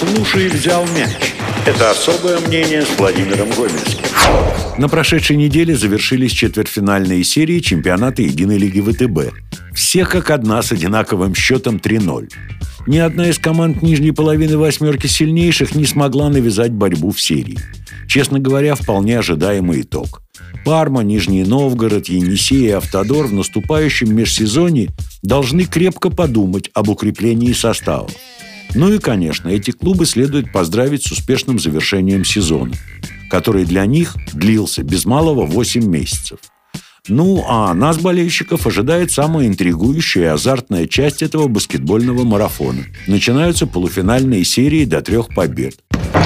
Слушай, взял мяч. Это особое мнение с Владимиром Гомельским. На прошедшей неделе завершились четвертьфинальные серии чемпионата Единой лиги ВТБ. Все как одна с одинаковым счетом 3-0. Ни одна из команд нижней половины восьмерки сильнейших не смогла навязать борьбу в серии. Честно говоря, вполне ожидаемый итог. Парма, Нижний Новгород, Енисей и Автодор в наступающем межсезонье должны крепко подумать об укреплении состава. Ну и, конечно, эти клубы следует поздравить с успешным завершением сезона, который для них длился без малого 8 месяцев. Ну, а нас, болельщиков, ожидает самая интригующая и азартная часть этого баскетбольного марафона. Начинаются полуфинальные серии до 3 побед.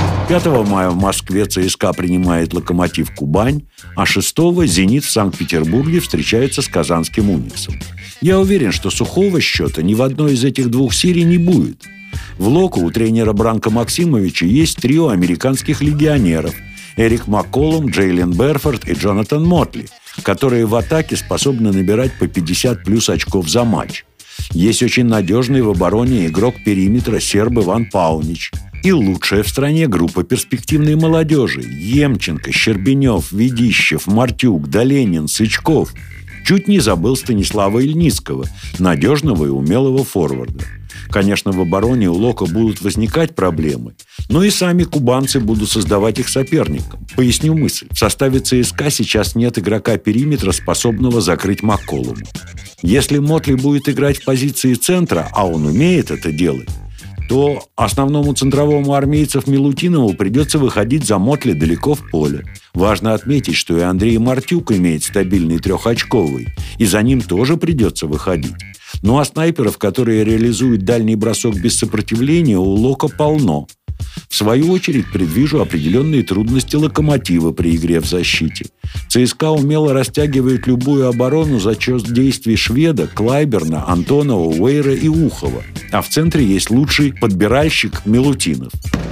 5 мая в Москве ЦСКА принимает «Локомотив» Кубань, а 6-го «Зенит» в Санкт-Петербурге встречается с казанским «Униксом». Я уверен, что сухого счета ни в одной из этих двух серий не будет. В «Локо» у тренера Бранко Максимовича есть трио американских легионеров – Эрик Макколум, Джейлен Берфорд и Джонатан Мотли, которые в атаке способны набирать по 50+ очков за матч. Есть очень надежный в обороне игрок периметра серб Иван Паунич. И лучшая в стране группа перспективной молодежи – Емченко, Щербинев, Ведищев, Мартюк, Доленин, Сычков. Чуть не забыл Станислава Ильницкого, надежного и умелого форварда. Конечно, в обороне у «Локо» будут возникать проблемы, но и сами кубанцы будут создавать их соперникам. Поясню мысль. В составе ЦСКА сейчас нет игрока периметра, способного закрыть Макколума. Если Мотли будет играть в позиции центра, а он умеет это делать, то основному центровому армейцев Милутинову придется выходить за Мотли далеко в поле. Важно отметить, что и Андрей Мартюк имеет стабильный 3-очковый, и за ним тоже придется выходить. Ну а снайперов, которые реализуют дальний бросок без сопротивления, у «Локо» полно. В свою очередь предвижу определенные трудности «Локомотива» при игре в защите. ЦСКА умело растягивает любую оборону за счет действий Шведа, Клайберна, Антонова, Уэйра и Ухова. А в центре есть лучший подбиральщик Милутинов.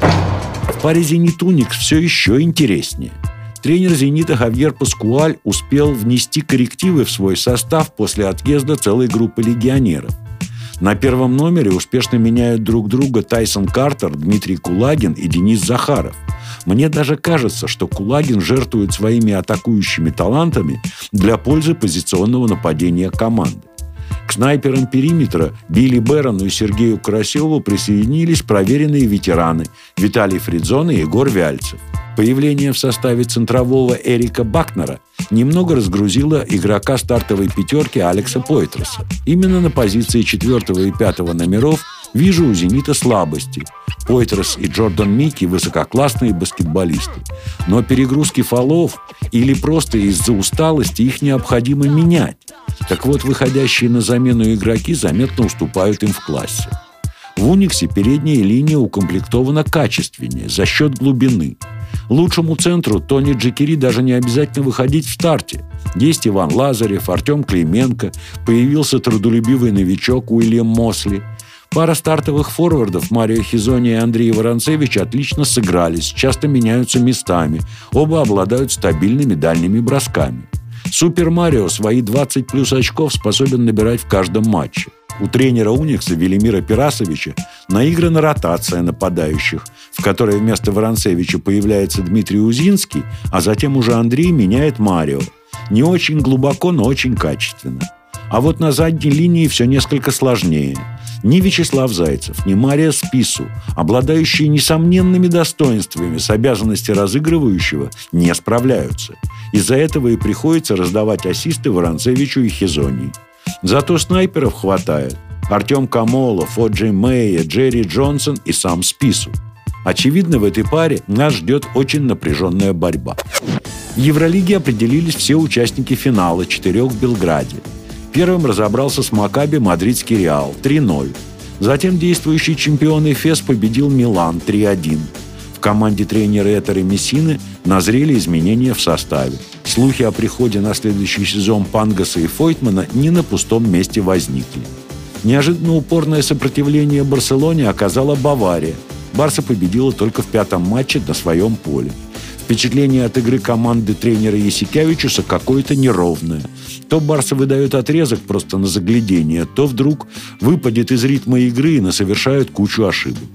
В паре «Зенит-Уникс» все еще интереснее. Тренер «Зенита» Хавьер Паскуаль успел внести коррективы в свой состав после отъезда целой группы легионеров. На первом номере успешно меняют друг друга Тайсон Картер, Дмитрий Кулагин и Денис Захаров. Мне даже кажется, что Кулагин жертвует своими атакующими талантами для пользы позиционного нападения команды. К снайперам периметра Билли Берону и Сергею Карасеву присоединились проверенные ветераны Виталий Фридзон и Егор Вяльцев. Появление в составе центрового Эрика Бакнера немного разгрузило игрока стартовой пятерки Алекса Пойтерса. Именно на позиции 4 и 5 номеров вижу у «Зенита» слабости. Пойтерс и Джордан Микки – высококлассные баскетболисты. Но перегрузки фолов или просто из-за усталости их необходимо менять. Так вот, выходящие на замену игроки заметно уступают им в классе. В «Униксе» передняя линия укомплектована качественнее за счет глубины. Лучшему центру Тони Джекери даже не обязательно выходить в старте. Есть Иван Лазарев, Артем Клименко, появился трудолюбивый новичок Уильям Мосли. Пара стартовых форвардов Марио Хизони и Андрей Воронцевич отлично сыгрались, часто меняются местами. Оба обладают стабильными дальними бросками. Супер Марио свои 20+ очков способен набирать в каждом матче. У тренера «Уникса» Велимира Пирасовича наиграна ротация нападающих, в которой вместо Воронцевича появляется Дмитрий Узинский, а затем уже Андрей меняет Марио. Не очень глубоко, но очень качественно. А вот на задней линии все несколько сложнее. Ни Вячеслав Зайцев, ни Мария Спису, обладающие несомненными достоинствами с обязанности разыгрывающего, не справляются. Из-за этого и приходится раздавать ассисты Воронцевичу и Хизони. Зато снайперов хватает. Артем Камолов, О'Джей Мэйя, Джерри Джонсон и сам Спису. Очевидно, в этой паре нас ждет очень напряженная борьба. В Евролиге определились все участники финала 4 в Белграде. Первым разобрался с Макаби мадридский Реал 3-0. Затем действующий чемпион Эфес победил Милан 3-1. В команде тренера Этери Мессины назрели изменения в составе. Слухи о приходе на следующий сезон Пангаса и Фойтмана не на пустом месте возникли. Неожиданно упорное сопротивление Барселоне оказала Бавария. Барса победила только в 5-м матче на своем поле. Впечатление от игры команды тренера Ясикевичуса какое-то неровное. То Барса выдает отрезок просто на заглядение, то вдруг выпадет из ритма игры и насовершают кучу ошибок.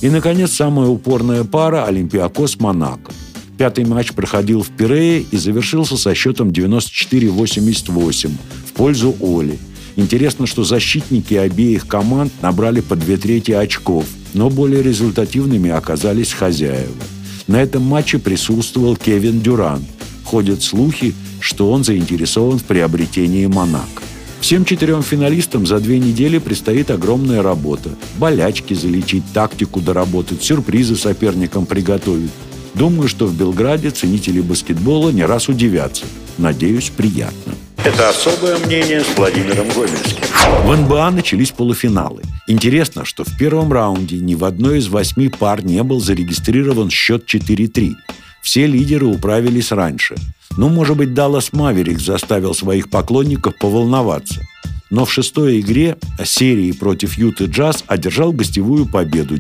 И, наконец, самая упорная пара – Олимпиакос-Монако. Пятый матч проходил в Пирее и завершился со счетом 94-88 в пользу Оли. Интересно, что защитники обеих команд набрали по 2/3 очков, но более результативными оказались хозяева. На этом матче присутствовал Кевин Дюрант. Ходят слухи, что он заинтересован в приобретении Монако. Всем 4 финалистам за 2 недели предстоит огромная работа. Болячки залечить, тактику доработать, сюрпризы соперникам приготовить. Думаю, что в Белграде ценители баскетбола не раз удивятся. Надеюсь, приятно. Это особое мнение с Владимиром Гомельским. В НБА начались полуфиналы. Интересно, что в первом раунде ни в одной из 8 пар не был зарегистрирован счет 4-3. Все лидеры управились раньше. Может быть, Даллас Маверикс заставил своих поклонников поволноваться. Но в 6-й игре серии против Юты Джаз одержал гостевую победу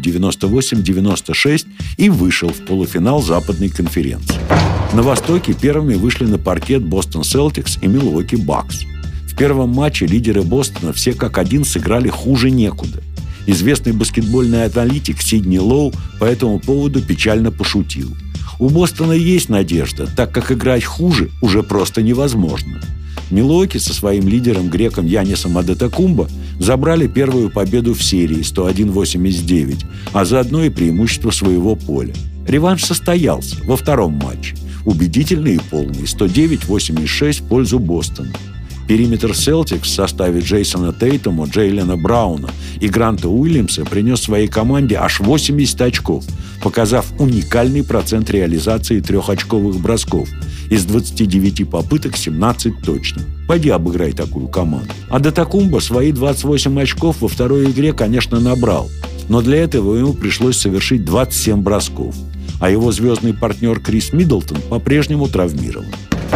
98-96 и вышел в полуфинал Западной конференции. На Востоке первыми вышли на паркет Бостон Селтикс и Милуоки Бакс. В первом матче лидеры Бостона все как один сыграли хуже некуда. Известный баскетбольный аналитик Сидни Лоу по этому поводу печально пошутил. У Бостона есть надежда, так как играть хуже уже просто невозможно. Милуоки со своим лидером греком Янисом Адетокумбо забрали первую победу в серии 101-89, а заодно и преимущество своего поля. Реванш состоялся во втором матче. Убедительный и полный 109-86 в пользу Бостона. Периметр Селтикс в составе Джейсона Тейтума, Джейлена Брауна и Гранта Уильямса принес своей команде аж 80 очков, показав уникальный процент реализации 3-очковых бросков. Из 29 попыток 17 точно. Пойди обыграй такую команду. Адетокумбо свои 28 очков во второй игре, конечно, набрал, но для этого ему пришлось совершить 27 бросков, а его звездный партнер Крис Миддлтон по-прежнему травмирован.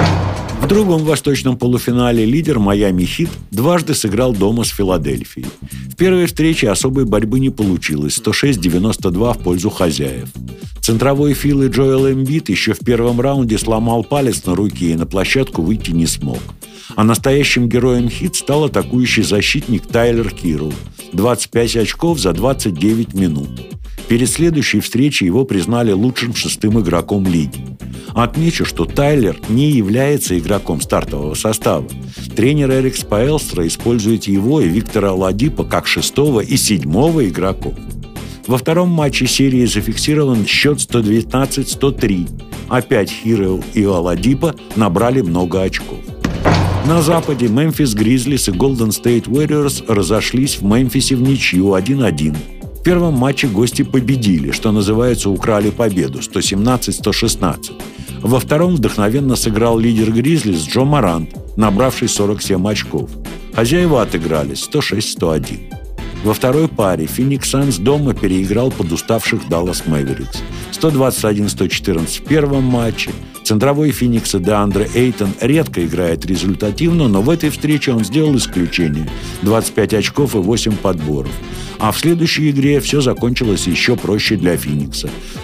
В другом восточном полуфинале лидер Майами Хит дважды сыграл дома с Филадельфией. В первой встрече особой борьбы не получилось – 106-92 в пользу хозяев. Центровой Фил Джоэл Эмбит еще в первом раунде сломал палец на руке и на площадку выйти не смог. А настоящим героем Хит стал атакующий защитник Тайлер Хирл – 25 очков за 29 минут. Перед следующей встречей его признали лучшим 6-м игроком лиги. Отмечу, что Тайлер не является игроком стартового состава. Тренер Эрик Споэлстра использует его и Виктора Оладипо как 6-го и 7-го игроков. Во втором матче серии зафиксирован счет 119-103. Опять Хирл и Оладипо набрали много очков. На Западе Мемфис Гризлис и Голден Стейт Уорриорс разошлись в Мемфисе в ничью 1-1. В первом матче гости победили, что называется, украли победу, 117-116. Во втором вдохновенно сыграл лидер Гризлис Джо Морант, набравший 47 очков. Хозяева отыгрались 106-101. Во второй паре Феникс Санс дома переиграл подуставших Даллас Мэверикс 121-114 в первом матче. Центровой Феникса Деандре Эйтон редко играет результативно, но в этой встрече он сделал исключение – 25 очков и 8 подборов. А в следующей игре все закончилось еще проще для Феникса –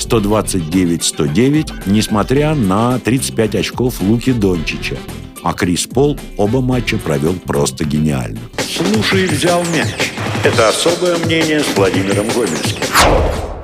129-109, несмотря на 35 очков Луки Дончича. А Крис Пол оба матча провел просто гениально. Слушай, взял мяч. Это особое мнение с Владимиром Гомельским.